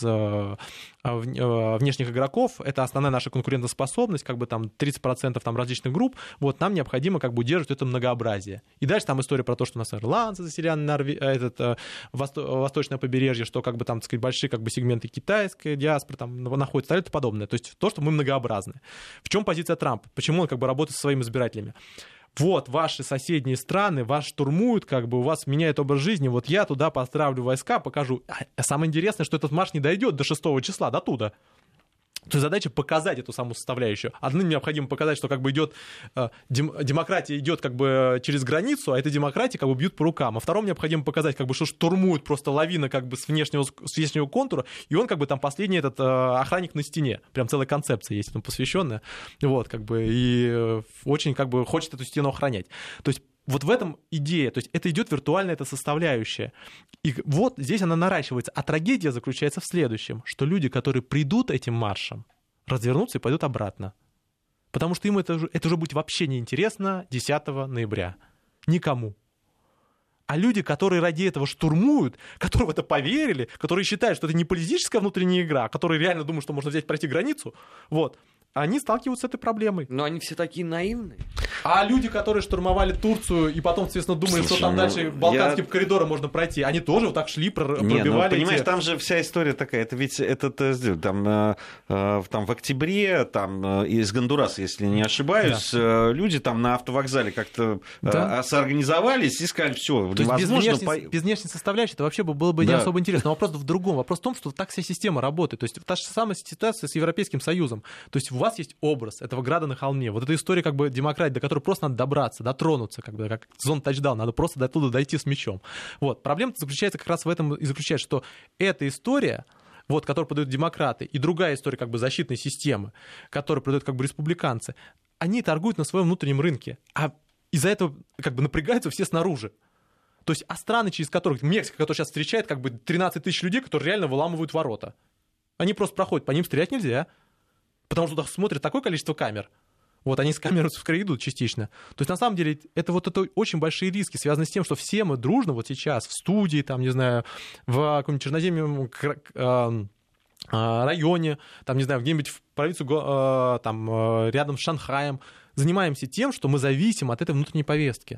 внешних игроков, это основная наша конкурентоспособность, как бы там 30% там различных групп, вот нам необходимо как бы удерживать это многообразие. И дальше там история про то, что у нас ирландцы заселяли восточное побережье, что как бы там, так сказать, большие как бы сегменты китайской диаспоры там находятся, и тому подобное. То есть то, что мы многообразны. В чем позиция Трампа? Почему он как бы работает со своими избирателями? Вот ваши соседние страны, вас штурмуют, как бы у вас меняет образ жизни, вот я туда поставлю войска, покажу. А самое интересное, что этот марш не дойдет до 6 числа, до туда. То есть задача показать эту саму составляющую. Одним необходимо показать, что как бы идет демократия идет как бы через границу, а этой демократии как бы бьют по рукам. А второму необходимо показать, как бы, что штурмует просто лавина как бы с внешнего контура, и он как бы там последний этот охранник на стене. Прям целая концепция есть ему посвященная. Вот, как бы, и очень как бы хочет эту стену охранять. То есть вот в этом идея, то есть это идет виртуальная эта составляющая. И вот здесь она наращивается. А трагедия заключается в следующем, что люди, которые придут этим маршем, развернутся и пойдут обратно. Потому что им это уже будет вообще неинтересно 10 ноября. Никому. А люди, которые ради этого штурмуют, которые в это поверили, которые считают, что это не политическая внутренняя игра, которые реально думают, что можно взять, пройти границу, вот, они сталкиваются с этой проблемой. Но они все такие наивные. А люди, которые штурмовали Турцию и потом, соответственно, думали, что там дальше Балканские коридоры можно пройти, они тоже вот так шли, пробивали. Понимаешь, там же вся история такая. Это ведь там в октябре там, из Гондураса, если не ошибаюсь, люди там на автовокзале как-то соорганизовались и сказали, все, возможно... Без внешней составляющей это вообще было бы не особо интересно. Но вопрос в другом. Вопрос в том, что так вся система работает. То есть та же самая ситуация с Европейским Союзом. То есть у вас есть образ этого града на холме. Вот эта история как бы демократии, до которой просто надо добраться, дотронуться, как бы как зона тачдаун, надо просто до туда дойти с мячом. Вот. Проблема заключается как раз в этом и заключается, что эта история, вот, которую подают демократы, и другая история как бы защитной системы, которую подают как бы республиканцы, они торгуют на своем внутреннем рынке, а из-за этого как бы напрягаются все снаружи. То есть, а страны, через которых Мексика, которая сейчас встречает как бы 13 тысяч людей, которые реально выламывают ворота. Они просто проходят, по ним стрелять нельзя. Потому что туда смотрят такое количество камер. Вот они с камерой скорее идут частично. То есть, на самом деле, это очень большие риски, связанные с тем, что все мы дружно вот сейчас в студии, там, не знаю, в каком-нибудь черноземном районе, там, не знаю, где-нибудь в провинцию, там, рядом с Шанхаем, занимаемся тем, что мы зависим от этой внутренней повестки.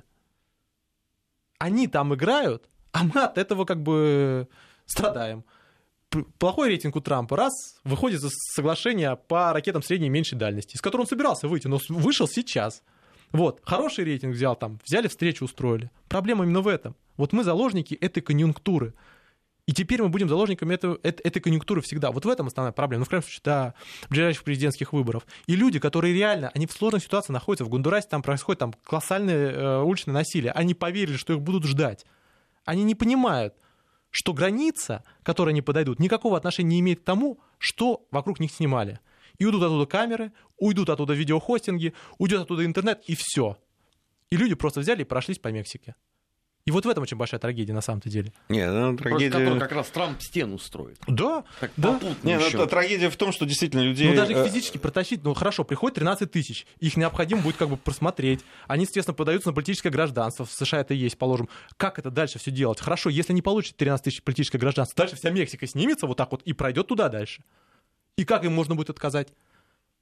Они там играют, а мы от этого как бы страдаем. Плохой рейтинг у Трампа, раз, выходит из соглашения по ракетам средней и меньшей дальности, из которого он собирался выйти, но вышел сейчас. Вот, хороший рейтинг взял там, взяли встречу, устроили. Проблема именно в этом. Вот мы заложники этой конъюнктуры. И теперь мы будем заложниками этой конъюнктуры всегда. Вот в этом основная проблема. Ну, в крайнем случае, до ближайших президентских выборов. И люди, которые реально, они в сложной ситуации находятся, в Гондурасе там происходит там колоссальное уличное насилие, они поверили, что их будут ждать. Они не понимают, что граница, к которой они подойдут, никакого отношения не имеет к тому, что вокруг них снимали. И уйдут оттуда камеры, уйдут оттуда видеохостинги, уйдет оттуда интернет, и все. И люди просто взяли и прошлись по Мексике. И вот в этом очень большая трагедия на самом-то деле. Нет, ну, трагедия... Которую как раз Трамп стену строит. Да, так, да. Нет, ну, трагедия в том, что действительно людей... Ну, даже их физически протащить, ну, хорошо, приходит 13 тысяч, их необходимо будет как бы просмотреть. Они, естественно, подаются на политическое гражданство, в США это есть, положим. Как это дальше все делать? Хорошо, если не получат 13 тысяч политическое гражданство, дальше вся Мексика снимется вот так вот и пройдет туда дальше. И как им можно будет отказать?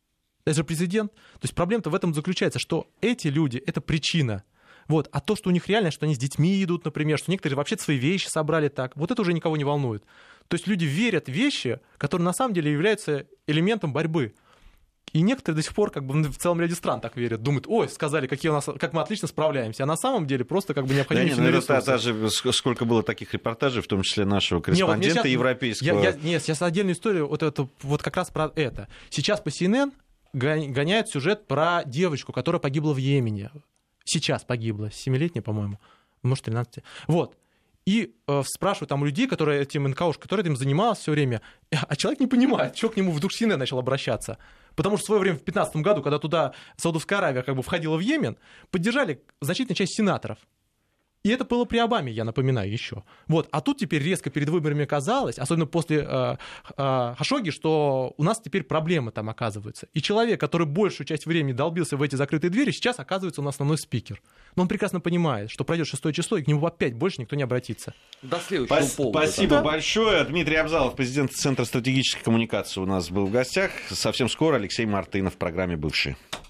Это же президент. То есть проблема-то в этом заключается, что эти люди — это причина. Вот. А то, что у них реально, что они с детьми идут, например, что некоторые вообще свои вещи собрали так, вот это уже никого не волнует. То есть люди верят в вещи, которые на самом деле являются элементом борьбы. И некоторые до сих пор как бы в целом ряде стран так верят. Думают, ой, сказали, как мы отлично справляемся. А на самом деле просто как бы необходимо... Сколько было таких репортажей, в том числе нашего корреспондента европейского. Сейчас отдельную историю, вот как раз про это. Сейчас по CNN гоняют сюжет про девочку, которая погибла в Йемене. Сейчас погибла, 7-летняя, по-моему, может, 13. Вот. И спрашивают там людей, которые этим НКОшкой, которые этим занималась все время, а человек не понимает, что к нему вдруг CNN начал обращаться. Потому что в свое время, в 2015 году, когда туда Саудовская Аравия как бы входила в Йемен, поддержали значительную часть сенаторов. И это было при Обаме, я напоминаю, еще. Вот. А тут теперь резко перед выборами оказалось, особенно после Хашогги, что у нас теперь проблемы там оказываются. И человек, который большую часть времени долбился в эти закрытые двери, сейчас оказывается у нас основной спикер. Но он прекрасно понимает, что пройдет 6 число, и к нему опять больше никто не обратится. До следующего повода. Спасибо большое. Дмитрий Абзалов, президент Центра стратегической коммуникации, у нас был в гостях. Совсем скоро Алексей Мартынов в программе «Бывшие».